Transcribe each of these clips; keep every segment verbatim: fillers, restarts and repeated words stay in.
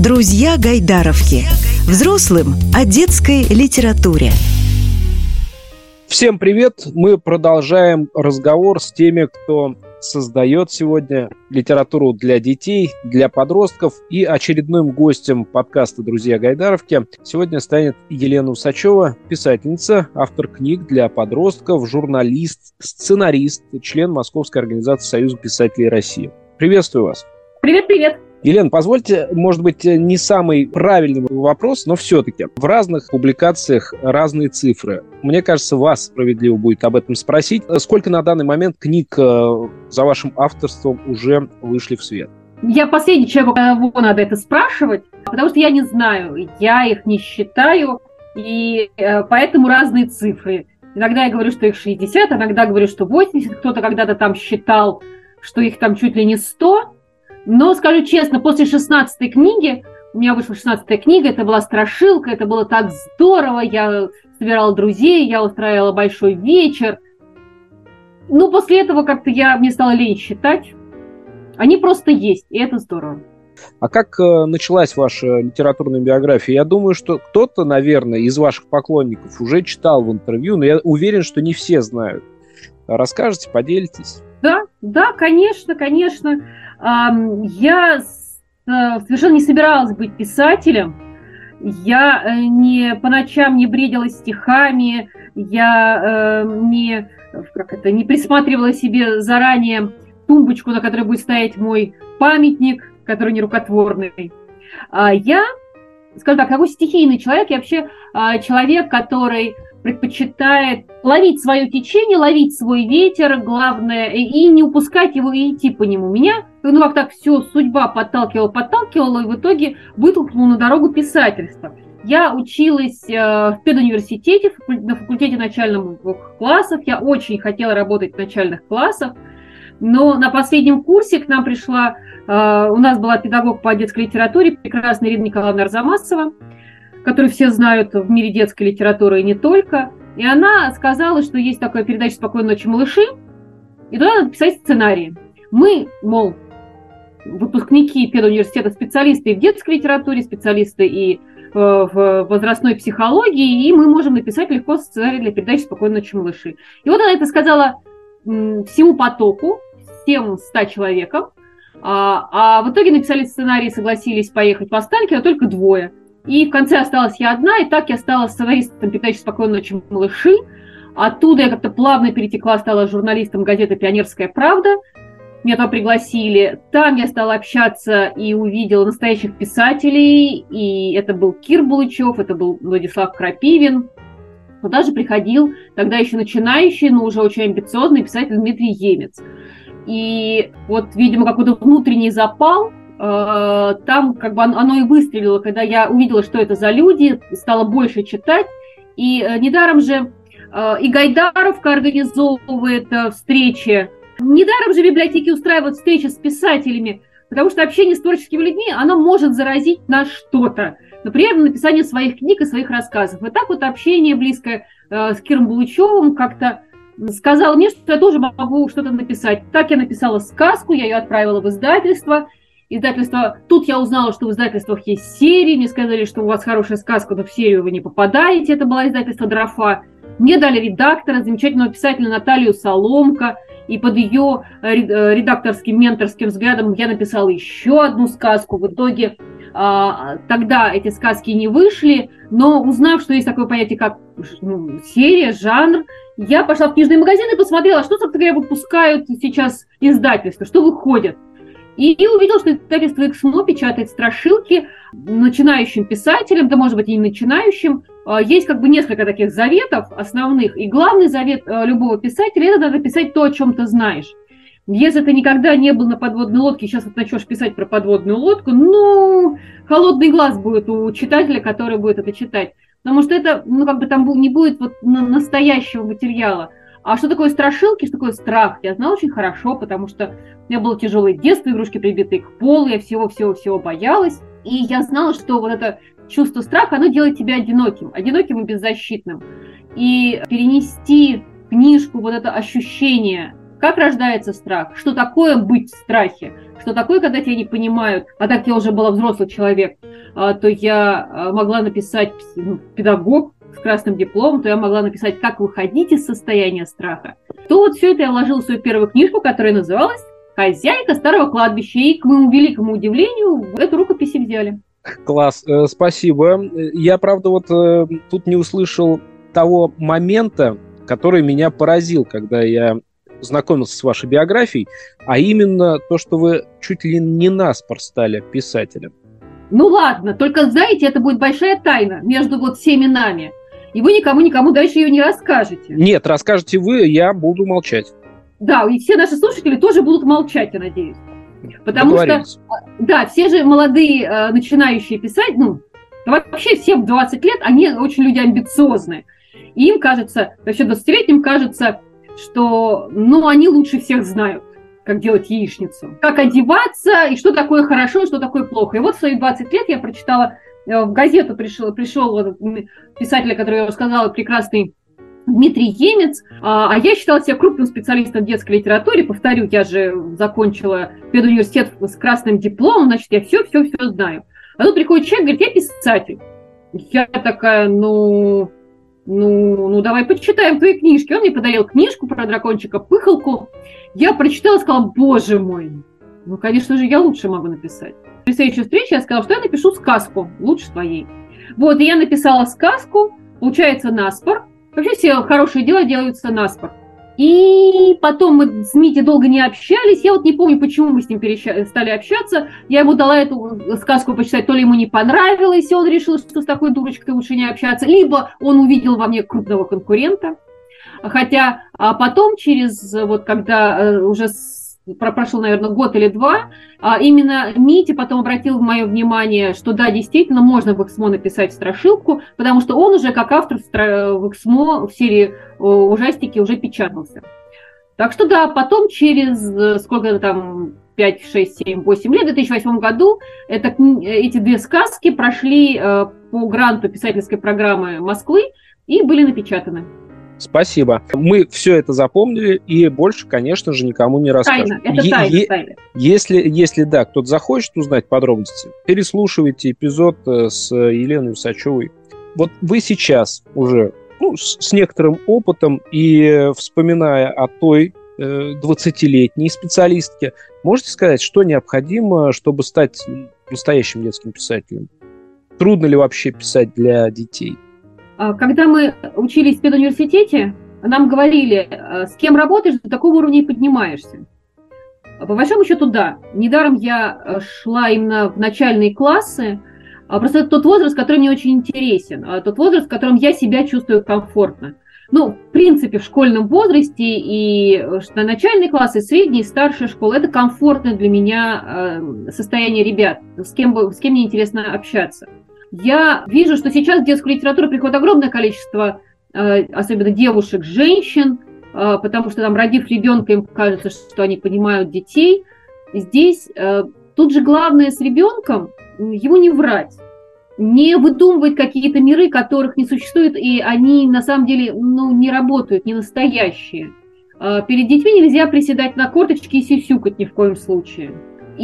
Друзья Гайдаровки. Взрослым о детской литературе. Всем привет! Мы продолжаем разговор с теми, кто создает сегодня литературу для детей, для подростков. И очередным гостем подкаста «Друзья Гайдаровки» сегодня станет Елена Усачева, писательница, автор книг для подростков, журналист, сценарист, член Московской организации Союза писателей России. Приветствую вас! Привет-привет! Елена, позвольте, может быть, не самый правильный вопрос, но все-таки в разных публикациях разные цифры. Мне кажется, вас справедливо будет об этом спросить. Сколько на данный момент книг за вашим авторством уже вышли в свет? Я последний человек, кого надо это спрашивать, потому что я не знаю, я их не считаю, и поэтому разные цифры. Иногда я говорю, что их шестьдесят, иногда говорю, что восемьдесят, кто-то когда-то там считал, что их там чуть ли не сто. Но, скажу честно, после шестнадцатой книги, у меня вышла шестнадцатая книга, это была страшилка, это было так здорово, я собирала друзей, я устраивала большой вечер. Ну, после этого как-то я, мне стало лень считать. Они просто есть, и это здорово. А как э, началась ваша литературная биография? Я думаю, что кто-то, наверное, из ваших поклонников уже читал в интервью, но я уверен, что не все знают. Расскажете, поделитесь? Да, да, конечно, конечно. Я совершенно не собиралась быть писателем. Я не по ночам не бредила стихами, я не, как это, не присматривала себе заранее тумбочку, на которой будет стоять мой памятник, который не рукотворный. Я, скажем так, такой стихийный человек, я вообще человек, который предпочитает ловить свое течение, ловить свой ветер, главное, и не упускать его, и идти по нему. Меня, ну, как так все, судьба подталкивала, подталкивала, и в итоге вытолкнула на дорогу писательства. Я училась э, в педуниверситете, на факультете начальных классов, я очень хотела работать в начальных классах, но на последнем курсе к нам пришла, э, у нас была педагог по детской литературе, прекрасная Ирина Николаевна Арзамасова, которую все знают в мире детской литературы и не только. И она сказала, что есть такая передача «Спокойной ночи, малыши», и туда надо писать сценарии. Мы, мол, выпускники педуниверситета, специалисты и в детской литературе, специалисты и в возрастной психологии, и мы можем написать легко сценарий для передачи «Спокойной ночи, малыши». И вот она это сказала всему потоку, всем ста человекам, а, а в итоге написали сценарий, согласились поехать в Останкино только двое. И в конце осталась я одна, и так я стала сценаристом передачи «Спокойной ночи, малыши». Оттуда я как-то плавно перетекла, стала журналистом газеты «Пионерская правда». Меня туда пригласили. Там я стала общаться и увидела настоящих писателей. И это был Кир Булычев, это был Владислав Крапивин. Туда же приходил тогда еще начинающий, но уже очень амбициозный писатель Дмитрий Емец. И вот, видимо, какой-то внутренний запал, там как бы оно и выстрелило, когда я увидела, что это за люди, стала больше читать. И недаром же и Гайдаровка организовывает встречи, недаром же библиотеки устраивают встречи с писателями, потому что общение с творческими людьми, оно может заразить на что-то. Например, на написание своих книг и своих рассказов. И так вот общение близкое с Киром Булычевым как-то сказала мне, что я тоже могу что-то написать. Так я написала сказку, я ее отправила в издательство. Издательство. Тут я узнала, что в издательствах есть серии. Мне сказали, что у вас хорошая сказка, но в серию вы не попадаете. Это было издательство «Дрофа». Мне дали редактора, замечательного писателя Наталью Соломко. И под ее редакторским, менторским взглядом я написала еще одну сказку. В итоге тогда эти сказки не вышли. Но узнав, что есть такое понятие, как ну, серия, жанр, я пошла в книжные магазины и посмотрела, что, собственно говоря, выпускают сейчас издательства, что выходит. И увидел, что издательство «Эксмо» печатает страшилки начинающим писателям, да, может быть, и не начинающим. Есть как бы несколько таких заветов основных. И главный завет любого писателя – это надо писать то, о чем ты знаешь. Если ты никогда не был на подводной лодке, сейчас вот начнешь писать про подводную лодку, ну, холодный глаз будет у читателя, который будет это читать. Потому что это, ну, как бы там не будет вот настоящего материала. А что такое страшилки, что такое страх, я знала очень хорошо, потому что у меня было тяжелое детство, игрушки прибитые к полу, я всего-всего-всего боялась. И я знала, что вот это чувство страха, оно делает тебя одиноким, одиноким и беззащитным. И перенести в книжку вот это ощущение, как рождается страх, что такое быть в страхе, что такое, когда тебя не понимают, а так я уже была взрослый человек, то я могла написать педагог с красным дипломом, то я могла написать «Как выходить из состояния страха». То вот все это я вложила в свою первую книжку, которая называлась «Хозяйка старого кладбища». И, к моему великому удивлению, эту рукопись взяли. Класс, спасибо. Я, правда, вот тут не услышал того момента, который меня поразил, когда я знакомился с вашей биографией, а именно то, что вы чуть ли не наспор стали писателем. Ну ладно, только, знаете, это будет большая тайна между вот всеми нами. И вы никому-никому дальше ее не расскажете. Нет, расскажете вы, я буду молчать. Да, и все наши слушатели тоже будут молчать, я надеюсь. Потому что, да, все же молодые, э, начинающие писать, ну, вообще все в двадцать лет, они очень люди амбициозные. И им кажется, вообще двадцатилетним кажется, что, ну, они лучше всех знают, как делать яичницу, как одеваться, и что такое хорошо, что такое плохо. И вот в свои двадцать лет я прочитала, в газету пришел, пришел писатель, который я рассказала, прекрасный Дмитрий Емец, а я считала себя крупным специалистом в детской литературе. Повторю, я же закончила педуниверситет с красным дипломом, значит, я все-все-все знаю. А тут приходит человек, говорит, я писатель. Я такая, ну, ну, ну, давай почитаем твои книжки. Он мне подарил книжку про дракончика-пыхалку. Я прочитала и сказала, боже мой, ну, конечно же, я лучше могу написать. При следующей встрече я сказала, что я напишу сказку лучше твоей. Вот, и я написала сказку, получается, наспор. Вообще все хорошие дела делаются наспор. И потом мы с Митей долго не общались. Я вот не помню, почему мы с ним переща- стали общаться. Я ему дала эту сказку почитать, то ли ему не понравилось, и он решил, что с такой дурочкой лучше не общаться, либо он увидел во мне крупного конкурента. Хотя а потом, через, вот когда уже прошел, наверное, год или два, именно Митя потом обратил мое внимание, что да, действительно, можно в Эксмо написать страшилку, потому что он уже как автор в Эксмо в серии ужастики уже печатался. Так что да, потом через сколько там, пять, шесть, семь, восемь лет, в две тысячи восьмом году это, эти две сказки прошли по гранту писательской программы Москвы и были напечатаны. Спасибо. Мы все это запомнили и больше, конечно же, никому не расскажем. Тайна, это тайна, е- тайна. Если, если да, кто-то захочет узнать подробности, переслушивайте эпизод с Еленой Усачевой. Вот вы сейчас уже ну, с, с некоторым опытом и вспоминая о той э, двадцатилетней специалистке, можете сказать, что необходимо, чтобы стать настоящим детским писателем? Трудно ли вообще писать для детей? Когда мы учились в педуниверситете, нам говорили, с кем работаешь, до такого уровня и поднимаешься. По большому счету, да. Недаром я шла именно в начальные классы. Просто это тот возраст, который мне очень интересен. Тот возраст, в котором я себя чувствую комфортно. Ну, в принципе, в школьном возрасте и начальные классы, средние, старшая школа – это комфортное для меня состояние ребят, с кем, с кем мне интересно общаться. Я вижу, что сейчас в детскую литературу приходит огромное количество, особенно девушек, женщин, потому что там, родив ребенка, им кажется, что они понимают детей. Здесь тут же главное с ребенком ему не врать, не выдумывать какие-то миры, которых не существует, и они на самом деле ну, не работают, не настоящие. Перед детьми нельзя приседать на корточки и сюсюкать ни в коем случае.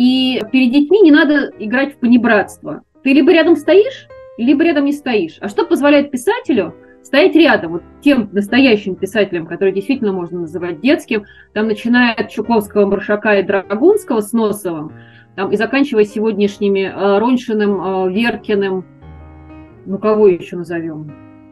И перед детьми не надо играть в понебратство. Ты либо рядом стоишь, либо рядом не стоишь. А что позволяет писателю стоять рядом, вот тем настоящим писателям, которые действительно можно называть детским, там, начиная от Чуковского, Маршака и Драгунского с Носовым, там, и заканчивая сегодняшними э, Роньшиным, э, Веркиным, ну кого еще назовем,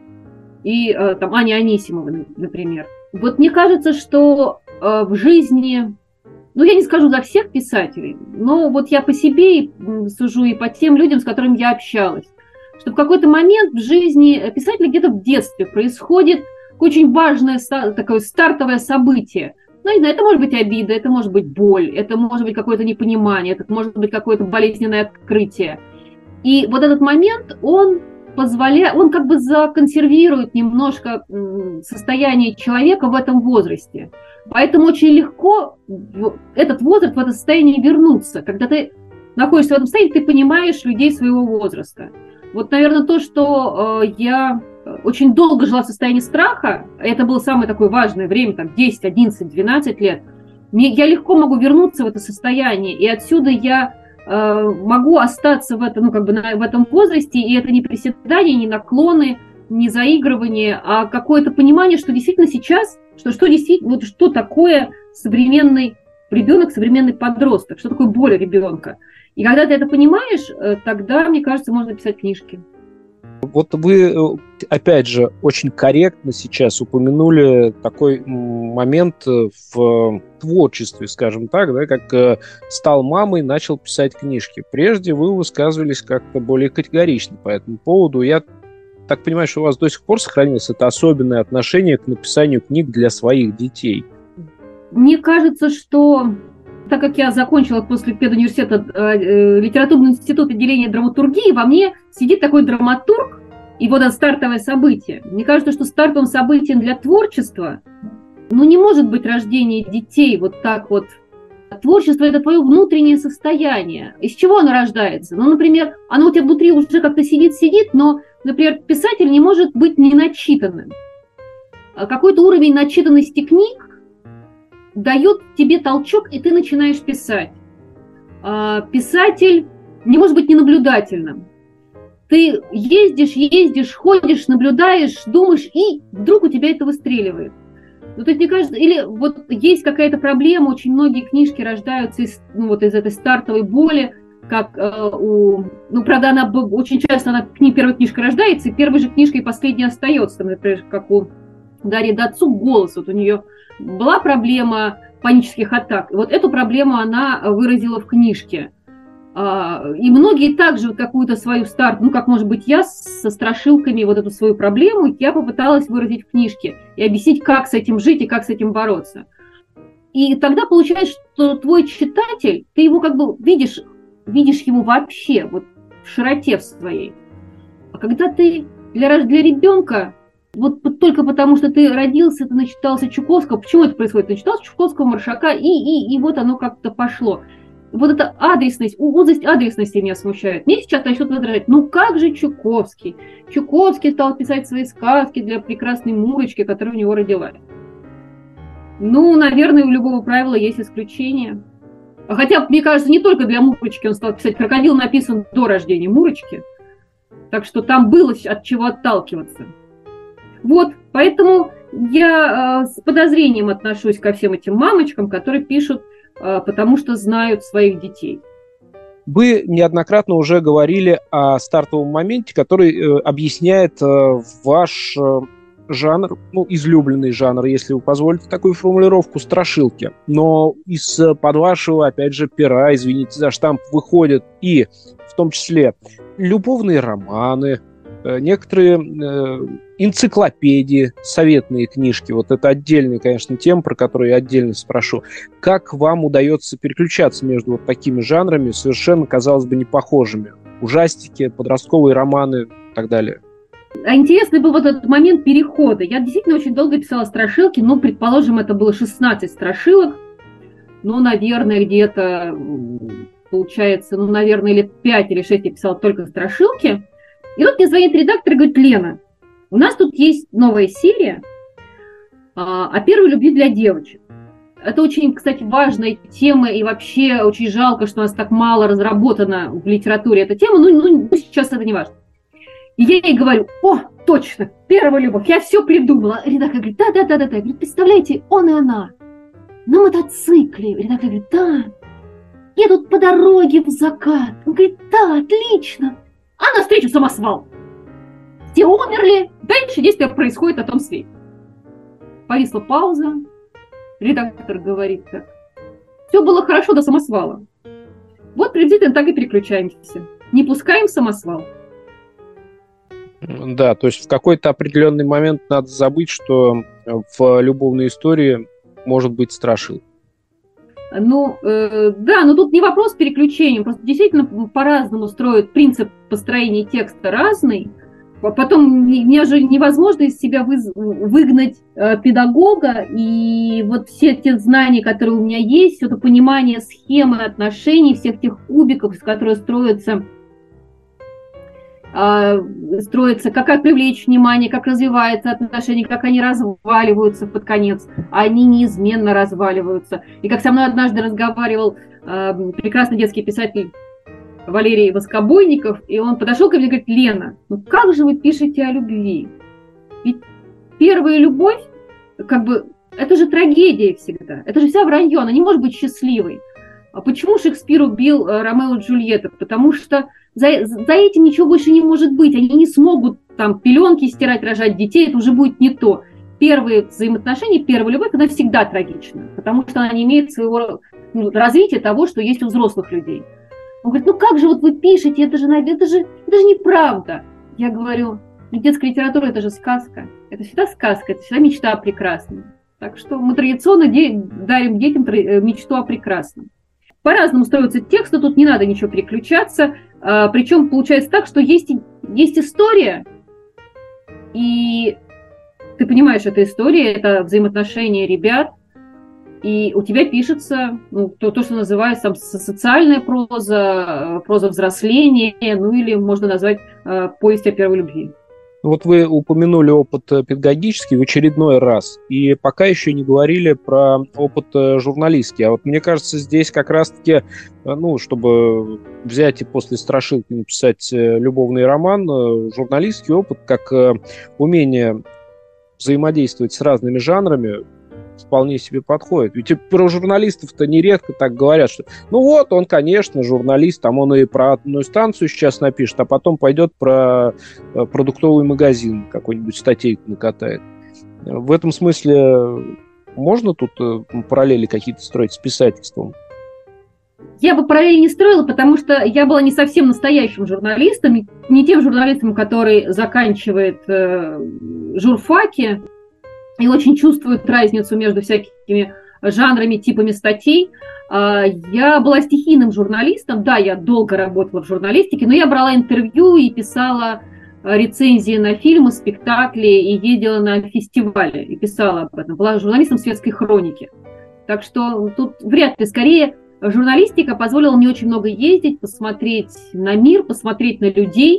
и э, там Аня Анисимова, например. Вот мне кажется, что э, в жизни... Ну, я не скажу за всех писателей, но вот я по себе сужу и по тем людям, с которыми я общалась, что в какой-то момент в жизни писателя где-то в детстве происходит очень важное такое стартовое событие. Ну, не знаю, это может быть обида, это может быть боль, это может быть какое-то непонимание, это может быть какое-то болезненное открытие. И вот этот момент, он позволяет, он как бы законсервирует немножко состояние человека в этом возрасте. Поэтому очень легко в этот возраст, в это состояние вернуться. Когда ты находишься в этом состоянии, ты понимаешь людей своего возраста. Вот, наверное, то, что э, я очень долго жила в состоянии страха, это было самое такое важное время, там, десять, одиннадцать, двенадцать лет, мне, я легко могу вернуться в это состояние. И отсюда я э, могу остаться в, это, ну, как бы на, в этом возрасте, и это не приседания, не наклоны, не заигрывание, а какое-то понимание, что действительно сейчас, что, что действительно, вот что такое современный ребенок, современный подросток, что такое боль ребенка. И когда ты это понимаешь, тогда, мне кажется, можно писать книжки. Вот вы, опять же, очень корректно сейчас упомянули такой момент в творчестве, скажем так, да, как стал мамой, начал писать книжки. Прежде вы высказывались как-то более категорично по этому поводу. Я так понимаю, что у вас до сих пор сохранилось это особенное отношение к написанию книг для своих детей. Мне кажется, что так как я закончила после педуниверситета э, литературный институт отделения драматургии, во мне сидит такой драматург, и вот это стартовое событие. Мне кажется, что стартовым событием для творчества, ну, не может быть рождение детей вот так вот. Творчество – это твое внутреннее состояние. Из чего оно рождается? Ну, например, оно у тебя внутри уже как-то сидит-сидит, но, например, писатель не может быть неначитанным. Какой-то уровень начитанности книг дает тебе толчок, и ты начинаешь писать. Писатель не может быть ненаблюдательным. Ты ездишь, ездишь, ходишь, наблюдаешь, думаешь, и вдруг у тебя это выстреливает. Ну, то есть, мне кажется, или вот есть какая-то проблема, очень многие книжки рождаются из, ну, вот из этой стартовой боли, как э, у... Ну, правда, она очень часто, она кни, первая книжка рождается, и первой же книжкой последней остается, там, например, как у Дарьи Дацук «Голос». Вот у нее была проблема панических атак, и вот эту проблему она выразила в книжке. И многие также вот какую-то свою старт, ну, как, может быть, я со страшилками вот эту свою проблему, я попыталась выразить в книжке и объяснить, как с этим жить и как с этим бороться. И тогда получается, что твой читатель, ты его как бы видишь, видишь его вообще, вот в широте в своей. А когда ты для, для ребенка, вот только потому, что ты родился, ты начитался Чуковского, почему это происходит? Ты начитался Чуковского, Маршака, и, и, и вот оно как-то пошло. Вот эта адресность, узость адресности меня смущает. Мне сейчас начнут возражать, ну как же Чуковский? Чуковский стал писать свои сказки для прекрасной Мурочки, которая у него родилась. Ну, наверное, у любого правила есть исключение. Хотя, мне кажется, не только для Мурочки он стал писать. «Крокодил» написан до рождения Мурочки. Так что там было от чего отталкиваться. Вот, поэтому я э, с подозрением отношусь ко всем этим мамочкам, которые пишут, потому что знают своих детей. Вы неоднократно уже говорили о стартовом моменте, который э, объясняет э, ваш э, жанр, ну, излюбленный жанр, если вы позволите такую формулировку, страшилки. Но из-под вашего, опять же, пера, извините за штамп, выходят и в том числе любовные романы, э, некоторые э, энциклопедии, советные книжки. Вот это отдельная, конечно, тема, про которую я отдельно спрошу. Как вам удается переключаться между вот такими жанрами, совершенно, казалось бы, не похожими? Ужастики, подростковые романы и так далее. А интересный был вот этот момент перехода. Я действительно очень долго писала страшилки, ну, предположим, это было шестнадцать страшилок, ну, наверное, где-то, получается, ну, наверное, лет пять или шесть я писала только страшилки. И вот мне звонит редактор и говорит: Лена, у нас тут есть новая серия а, о первой любви для девочек. Это очень, кстати, важная тема, и вообще очень жалко, что у нас так мало разработана в литературе эта тема, ну, ну сейчас это не важно. И я ей говорю: о, точно, первая любовь, я все придумала. Редактор говорит: да-да-да-да, говорит, представляете, он и она на мотоцикле. Редактор говорит: да, едут по дороге в закат. Он говорит: да, отлично, а навстречу самосвал. Все умерли, дальше действие происходит на том свете. Повисла пауза, редактор говорит так: все было хорошо до самосвала. Вот приблизительно так и переключаемся. Не пускаем самосвал. Да, то есть в какой-то определенный момент надо забыть, что в любовной истории может быть страшилка. Ну, э, да, но тут не вопрос переключения, просто действительно по-разному строят принцип построения текста разный. Потом мне же невозможно из себя вы, выгнать э, педагога, и вот все те знания, которые у меня есть, все это понимание схемы отношений, всех тех кубиков, из которых строятся, э, строится, как, как привлечь внимание, как развиваются отношения, как они разваливаются под конец, а они неизменно разваливаются. И как со мной однажды разговаривал э, прекрасный детский писатель Валерий Воскобойников, и он подошел ко мне и говорит: Лена, ну как же вы пишете о любви? Ведь первая любовь, как бы, это же трагедия всегда, это же вся вранье, она не может быть счастливой. А почему Шекспир убил Ромео и Джульетту? Потому что за, за этим ничего больше не может быть, они не смогут там пеленки стирать, рожать детей, это уже будет не то. Первые взаимоотношения, первая любовь, она всегда трагична, потому что она не имеет своего ну, развития того, что есть у взрослых людей. Он говорит: ну как же вот вы пишете, это же, это же, это же неправда. Я говорю: детская литература – это же сказка, это всегда сказка, это всегда мечта о прекрасном. Так что мы традиционно де- дарим детям мечту о прекрасном. По-разному строятся тексты, тут не надо ничего переключаться, а, причем получается так, что есть, есть история, и ты понимаешь, эта история, это взаимоотношения ребят, и у тебя пишется ну, то, то, что называется там, социальная проза, проза взросления, ну или можно назвать э, повесть о первой любви. Вот вы упомянули опыт педагогический в очередной раз, и пока еще не говорили про опыт журналистский. А вот мне кажется, здесь как раз-таки, ну, чтобы взять и после страшилки написать любовный роман, журналистский опыт, как умение взаимодействовать с разными жанрами, вполне себе подходит. Ведь про журналистов-то нередко так говорят, что ну вот, он, конечно, журналист, там он и про атомную станцию сейчас напишет, а потом пойдет про продуктовый магазин какой-нибудь статейку накатает. В этом смысле можно тут параллели какие-то строить с писательством? Я бы параллели не строила, потому что я была не совсем настоящим журналистом, не тем журналистом, который заканчивает э, журфаки, и очень чувствуют разницу между всякими жанрами, типами статей. Я была стихийным журналистом, да, я долго работала в журналистике, но я брала интервью и писала рецензии на фильмы, спектакли, и ездила на фестивали, и писала об этом. Была журналистом светской хроники. Так что тут вряд ли, скорее, журналистика позволила мне очень много ездить, посмотреть на мир, посмотреть на людей.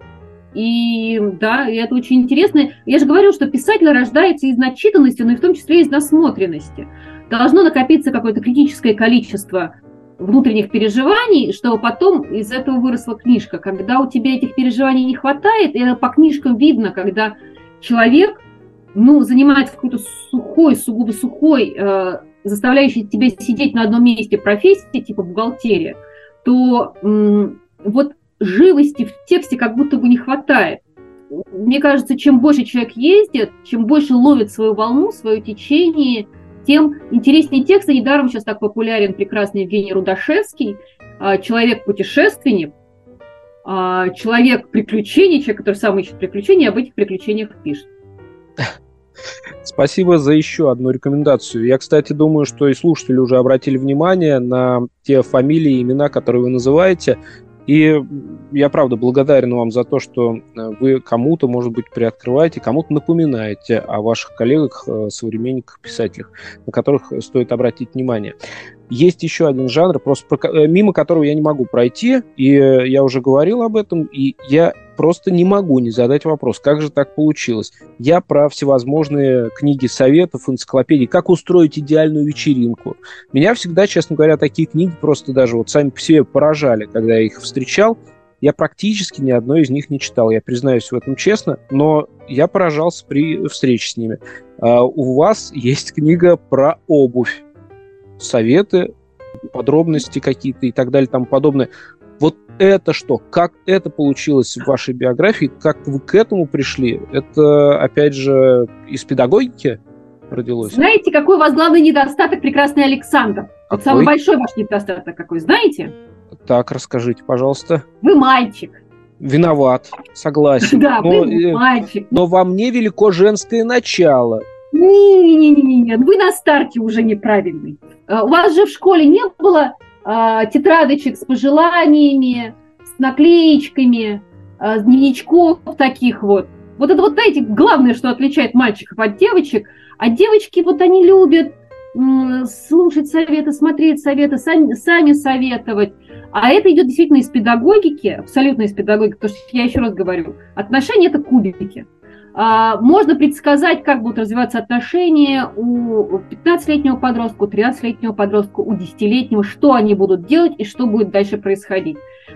И да, и это очень интересно. Я же говорю, что писатель рождается из начитанности, но и в том числе из насмотренности. Должно накопиться какое-то критическое количество внутренних переживаний, чтобы потом из этого выросла книжка. Когда у тебя этих переживаний не хватает, и это по книжкам видно, когда человек ну, занимается какой-то сухой, сугубо сухой, э, заставляющий тебя сидеть на одном месте профессии, типа бухгалтерия, то э, вот живости в тексте как будто бы не хватает. Мне кажется, чем больше человек ездит, чем больше ловит свою волну, свое течение, тем интереснее тексты. Недаром сейчас так популярен прекрасный Евгений Рудашевский, человек-путешественник, человек-приключений, человек, который сам ищет приключения, и об этих приключениях пишет. Спасибо за еще одну рекомендацию. Я, кстати, думаю, что и слушатели уже обратили внимание на те фамилии и имена, которые вы называете. И я, правда, благодарен вам за то, что вы кому-то, может быть, приоткрываете, кому-то напоминаете о ваших коллегах, современниках, писателях, на которых стоит обратить внимание. Есть еще один жанр, просто мимо которого я не могу пройти, и я уже говорил об этом, и я просто не могу не задать вопрос, как же так получилось. Я про всевозможные книги советов, энциклопедии, как устроить идеальную вечеринку. Меня всегда, честно говоря, такие книги просто даже вот сами по себе поражали, когда я их встречал. Я практически ни одной из них не читал, я признаюсь в этом честно, но я поражался при встрече с ними. А у вас есть книга про обувь. Советы, подробности какие-то и так далее, тому подобное. Вот это что? Как это получилось в вашей биографии? Как вы к этому пришли? Это, опять же, из педагогики родилось? Знаете, какой у вас главный недостаток, прекрасный Александр? Вот самый большой ваш недостаток какой, знаете? Так, расскажите, пожалуйста. Вы мальчик. Виноват, согласен. Да, вы мальчик. Но во мне велико женское начало. Не-не-не, вы на старте уже неправильный. У вас же в школе не было а, тетрадочек с пожеланиями, с наклеечками, а, с дневничков таких вот. Вот это вот, знаете, главное, что отличает мальчиков от девочек. А девочки, вот они любят м, слушать советы, смотреть советы, сами, сами советовать. А это идет действительно из педагогики, абсолютно из педагогики, потому что, я еще раз говорю, отношения – это кубики. Можно предсказать, как будут развиваться отношения у пятнадцатилетнего подростка, у тринадцатилетнего подростка, у десятилетнего, что они будут делать и что будет дальше происходить.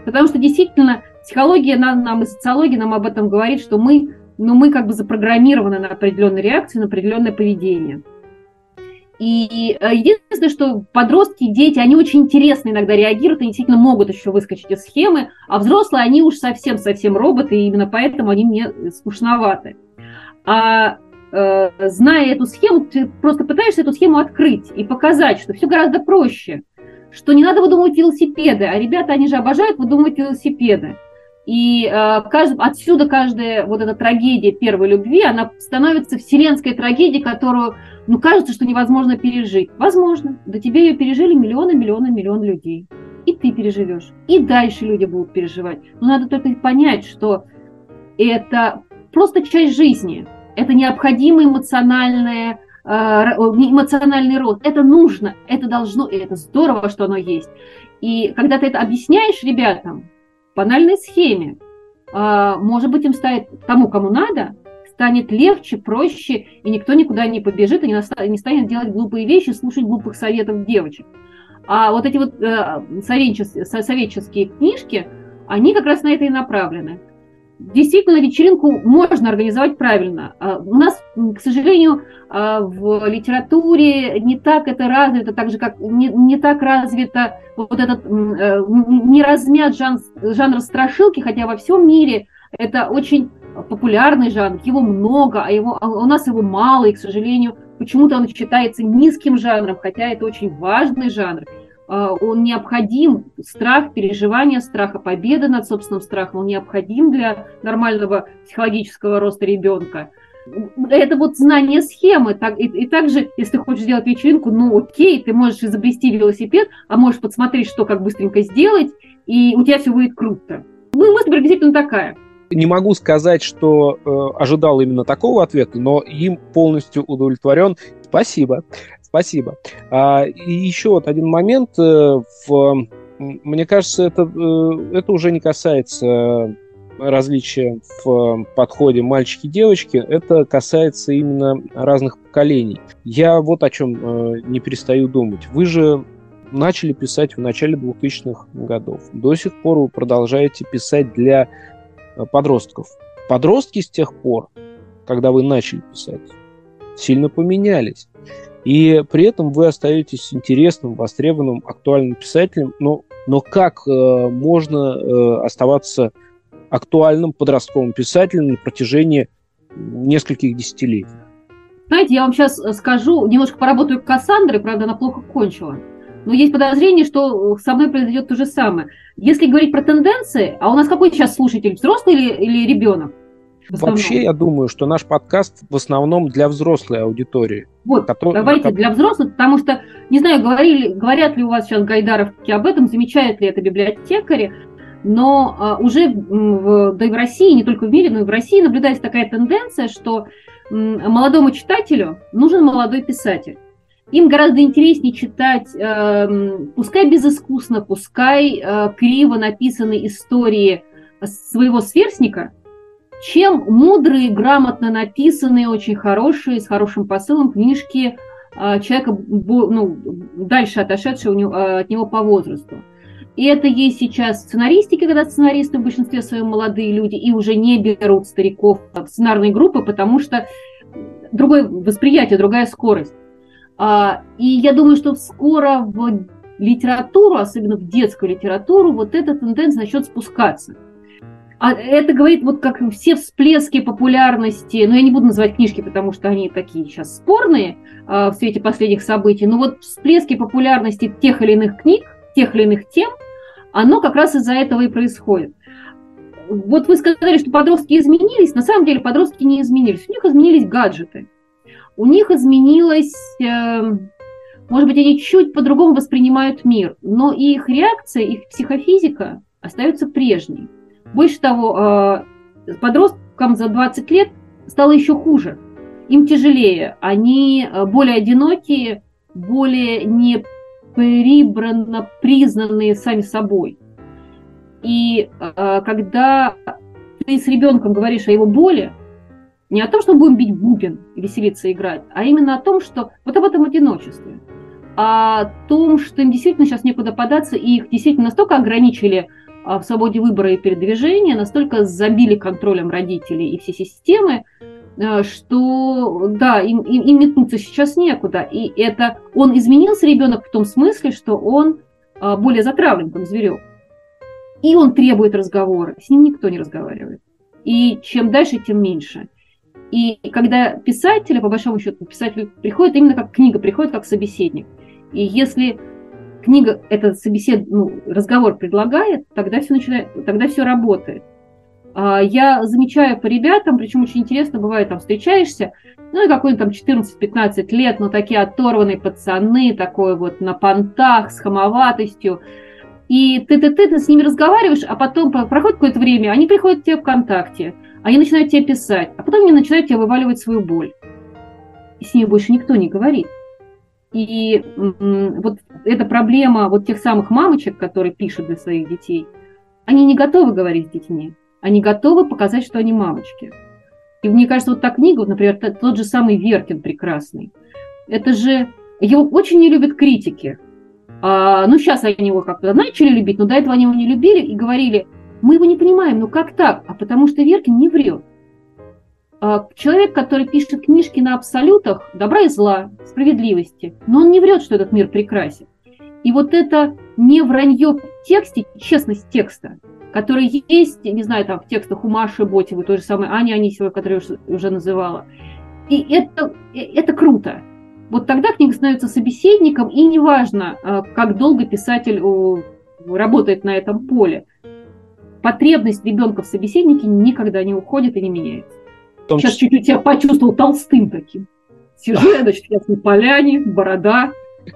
Потому что действительно психология нам, нам и социология нам об этом говорит, что мы, ну, мы как бы запрограммированы на определенные реакции, на определенное поведение. И единственное, что подростки, дети, они очень интересно иногда реагируют, они действительно могут еще выскочить из схемы, а взрослые, они уж совсем-совсем роботы, и именно поэтому они мне скучноваты. А э, зная эту схему, ты просто пытаешься эту схему открыть и показать, что все гораздо проще, что не надо выдумывать велосипеды, а ребята, они же обожают выдумывать велосипеды. И э, кажд... отсюда каждая вот эта трагедия первой любви, она становится вселенской трагедией, которую, ну, кажется, что невозможно пережить. Возможно. До тебя ее пережили миллионы, миллионы, миллион людей. И ты переживешь. И дальше люди будут переживать. Но надо только понять, что это просто часть жизни. Это необходимый эмоциональный, э, эмоциональный рост. Это нужно, это должно, и это здорово, что оно есть. И когда ты это объясняешь ребятам, в банальной схеме, может быть, им станет, тому, кому надо, станет легче, проще, и никто никуда не побежит и не станет делать глупые вещи, слушать глупых советов девочек. А вот эти вот советческие, советческие книжки, они как раз на это и направлены. Действительно, вечеринку можно организовать правильно. У нас, к сожалению, в литературе не так это развито, так же, как не, не так развито вот этот, не размят жанр, жанр страшилки, хотя во всем мире это очень популярный жанр, его много, а, его, а у нас его мало, и, к сожалению, почему-то он считается низким жанром, хотя это очень важный жанр. Он необходим, страх, переживание страха, победа над собственным страхом, он необходим для нормального психологического роста ребенка. Это вот знание схемы. Так, и, и также, если ты хочешь сделать вечеринку, ну окей, ты можешь изобрести велосипед, а можешь подсмотреть, что как быстренько сделать, и у тебя все будет круто. Ну, мысль приблизительно такая. Не могу сказать, что э, ожидал именно такого ответа, но им полностью удовлетворен. Спасибо. Спасибо. А, и еще вот один момент. Э, в, мне кажется, это, э, это уже не касается различия в подходе мальчики-девочки. Это касается именно разных поколений. Я вот о чем э, не перестаю думать. Вы же начали писать в начале двухтысячных годов. До сих пор вы продолжаете писать для подростков. Подростки с тех пор, когда вы начали писать, сильно поменялись. И при этом вы остаетесь интересным, востребованным, актуальным писателем. Но, но как э, можно э, оставаться актуальным подростковым писателем на протяжении нескольких десятилетий? Знаете, я вам сейчас скажу, немножко поработаю Кассандрой, правда, она плохо кончила. Но есть подозрение, что со мной произойдет то же самое. Если говорить про тенденции, а у нас какой сейчас слушатель, взрослый или, или ребенок? Вообще, я думаю, что наш подкаст в основном для взрослой аудитории. Вот, который, давайте как... для взрослых, потому что, не знаю, говорили, говорят ли у вас сейчас гайдаровки об этом, замечают ли это библиотекари, но а, уже в, да и в России, не только в мире, но и в России наблюдается такая тенденция, что м, молодому читателю нужен молодой писатель. Им гораздо интереснее читать, э, пускай безыскусно, пускай э, криво написанные истории своего сверстника, чем мудрые, грамотно написанные, очень хорошие, с хорошим посылом книжки э, человека, ну, дальше отошедшего от него по возрасту. И это есть сейчас в сценаристике, когда сценаристы в большинстве своем молодые люди и уже не берут стариков в сценарные группы, потому что другое восприятие, другая скорость. И я думаю, что скоро в литературу, особенно в детскую литературу, вот эта тенденция начнет спускаться. А это говорит, вот как все всплески популярности, ну я не буду называть книжки, потому что они такие сейчас спорные в свете последних событий, но вот всплески популярности тех или иных книг, тех или иных тем, оно как раз из-за этого и происходит. Вот вы сказали, что подростки изменились, на самом деле подростки не изменились, у них изменились гаджеты. У них изменилось, может быть, они чуть по-другому воспринимают мир, но их реакция, их психофизика остается прежней. Больше того, подросткам за двадцать лет стало еще хуже. Им тяжелее, они более одинокие, более неприбранно признанные сами собой. И когда ты с ребенком говоришь о его боли, не о том, что мы будем бить бубен, веселиться, играть, а именно о том, что вот об этом одиночестве, о том, что им действительно сейчас некуда податься, и их действительно настолько ограничили в свободе выбора и передвижения, настолько забили контролем родителей и все системы, что, да, им, им, им метнуться сейчас некуда. И это он изменился, ребенок, в том смысле, что он более затравлен, как зверек. И он требует разговора. С ним никто не разговаривает. И чем дальше, тем меньше. И когда писатель, по большому счету, писатель приходит именно как книга, приходит как собеседник. И если книга этот собесед, ну, разговор предлагает, тогда все начинает, тогда все работает. Я замечаю по ребятам, причем очень интересно, бывает, там встречаешься, ну и какой-то там четырнадцать-пятнадцать лет, но такие оторванные пацаны, такой вот на понтах, с хамоватостью. И ты, ты, ты, ты с ними разговариваешь, а потом проходит какое-то время, они приходят к тебе ВКонтакте, они начинают тебе писать, а потом они начинают тебе вываливать свою боль. И с ними больше никто не говорит. И м- вот эта проблема вот тех самых мамочек, которые пишут для своих детей, они не готовы говорить с детьми. Они готовы показать, что они мамочки. И мне кажется, вот та книга, вот, например, тот же самый Веркин прекрасный, это же... Его очень не любят критики. А, ну, сейчас они его как-то начали любить, но до этого они его не любили и говорили, мы его не понимаем, ну как так? А потому что Веркин не врет. А, человек, который пишет книжки на абсолютах добра и зла, справедливости, но он не врет, что этот мир прекрасен. И вот это не вранье в тексте, честность текста, которые есть, не знаю, там в текстах у Маши Ботевой, той же самой Ани Анисимовой, которую я уже, уже называла. И это, это круто. Вот тогда книга становится собеседником, и неважно, как долго писатель работает на этом поле. Потребность ребенка в собеседнике никогда не уходит и не меняется. Том... Сейчас чуть-чуть я почувствовал Толстым таким. Сижу я, значит, в Ясной Поляне, борода.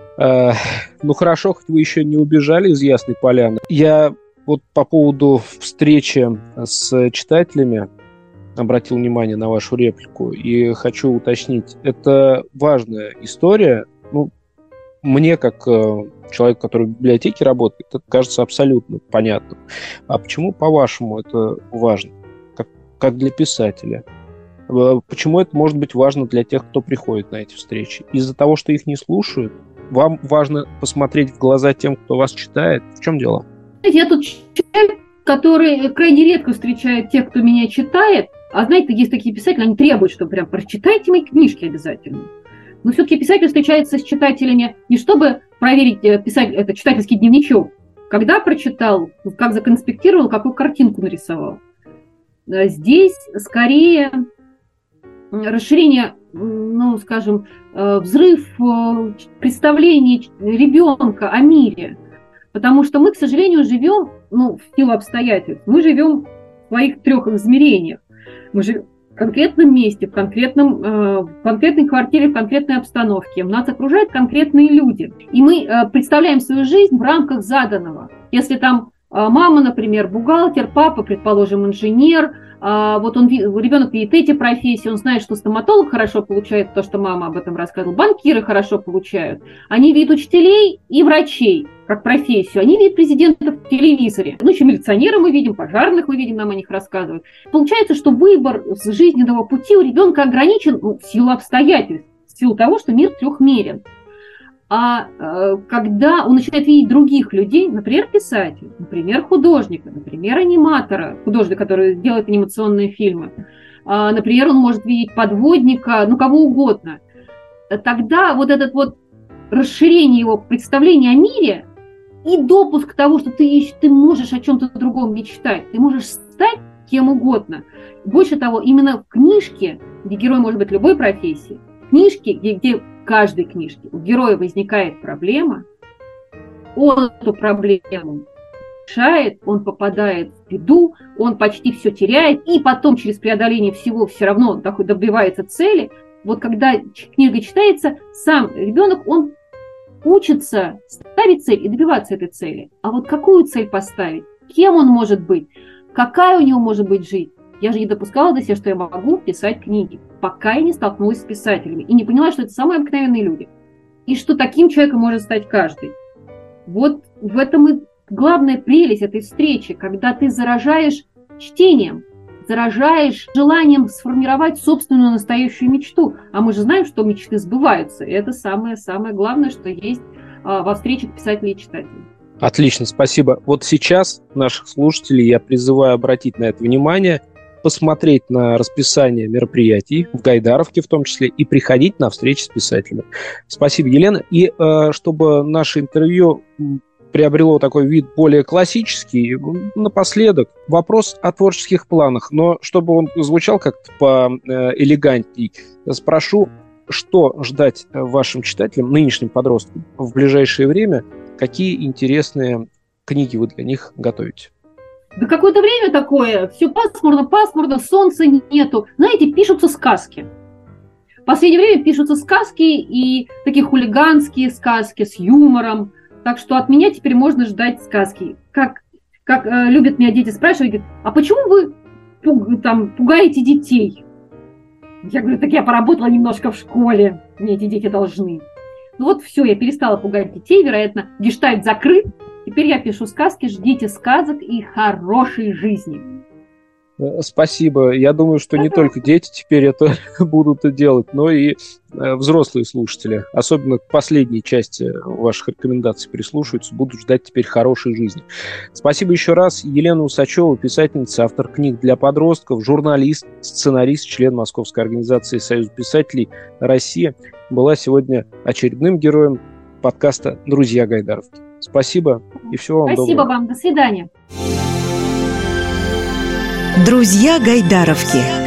Ну хорошо, хоть вы еще не убежали из Ясной Поляны. Я... Вот по поводу встречи с читателями обратил внимание на вашу реплику и хочу уточнить. Это важная история. Ну, мне, как э, человек, который в библиотеке работает, это кажется абсолютно понятным. А почему, по-вашему, это важно? Как, как для писателя? Почему это может быть важно для тех, кто приходит на эти встречи? Из-за того, что их не слушают? Вам важно посмотреть в глаза тем, кто вас читает? В чем дело? Я тут человек, который крайне редко встречает тех, кто меня читает. А знаете, есть такие писатели, они требуют, что прям прочитайте мои книжки обязательно. Но все-таки писатель встречается с читателями не чтобы проверить писать, это читательский дневничок, когда прочитал, как законспектировал, какую картинку нарисовал. Здесь скорее расширение, ну, скажем, взрыв представлений ребенка о мире. Потому что мы, к сожалению, живем, ну, в силу обстоятельств, мы живем в своих трех измерениях. Мы живем в конкретном месте, в, конкретном, э, в конкретной квартире, в конкретной обстановке. Нас окружают конкретные люди. И мы э, представляем свою жизнь в рамках заданного. Если там э, мама, например, бухгалтер, папа, предположим, инженер, э, вот он, ребенок видит эти профессии, он знает, что стоматолог хорошо получает, то, что мама об этом рассказывала, банкиры хорошо получают. Они видят учителей и врачей как профессию. Они видят президентов в телевизоре. Ну, еще милиционеры мы видим, пожарных мы видим, нам о них рассказывают. Получается, что выбор с жизненного пути у ребенка ограничен, ну, в силу обстоятельств, в силу того, что мир трехмерен. А э, когда он начинает видеть других людей, например, писателя, например, художника, например, аниматора, художника, который делает анимационные фильмы, э, например, он может видеть подводника, ну, кого угодно, тогда вот этот вот расширение его представления о мире и допуск того, что ты, ты можешь о чем-то другом мечтать, ты можешь стать кем угодно. Больше того, именно в книжке, где герой может быть любой профессии, в книжке, где, где в каждой книжке у героя возникает проблема, он эту проблему решает, он попадает в беду, он почти все теряет, и потом через преодоление всего все равно он такой добивается цели. Вот когда книга читается, сам ребенок, он учится ставить цель и добиваться этой цели. А вот какую цель поставить? Кем он может быть? Какая у него может быть жизнь? Я же не допускала до себя, что я могу писать книги, пока я не столкнулась с писателями и не поняла, что это самые обыкновенные люди. И что таким человеком может стать каждый. Вот в этом и главная прелесть этой встречи, когда ты заражаешь чтением, заражаешь желанием сформировать собственную настоящую мечту. А мы же знаем, что мечты сбываются. И это самое-самое главное, что есть а, во встречах писателей и читателей. Отлично, спасибо. Вот сейчас наших слушателей я призываю обратить на это внимание, посмотреть на расписание мероприятий в Гайдаровке в том числе и приходить на встречи с писателями. Спасибо, Елена. И э, чтобы наше интервью приобрело такой вид более классический, напоследок вопрос о творческих планах, но чтобы он звучал как-то поэлегантней, спрошу, что ждать вашим читателям, нынешним подросткам в ближайшее время, какие интересные книги вы для них готовите? Да какое-то время такое, все пасмурно, пасмурно, солнца нету. Знаете, пишутся сказки. В последнее время пишутся сказки, и такие хулиганские сказки с юмором. Так что от меня теперь можно ждать сказки. Как, как э, любят меня дети спрашивать, говорят, а почему вы пуг, там, пугаете детей? Я говорю, так я поработала немножко в школе, мне эти дети должны. Ну вот все, я перестала пугать детей, вероятно, гештальт закрыт. Теперь я пишу сказки, ждите сказок и хорошей жизни. Спасибо. Я думаю, что не только дети теперь это будут делать, но и взрослые слушатели, особенно к последней части ваших рекомендаций прислушиваются, будут ждать теперь хорошей жизни. Спасибо еще раз. Елена Усачева, писательница, автор книг для подростков, журналист, сценарист, член Московской организации Союз писателей России, была сегодня очередным героем подкаста «Друзья Гайдаровки». Спасибо и всего вам доброго. Спасибо вам. До свидания. Друзья Гайдаровки.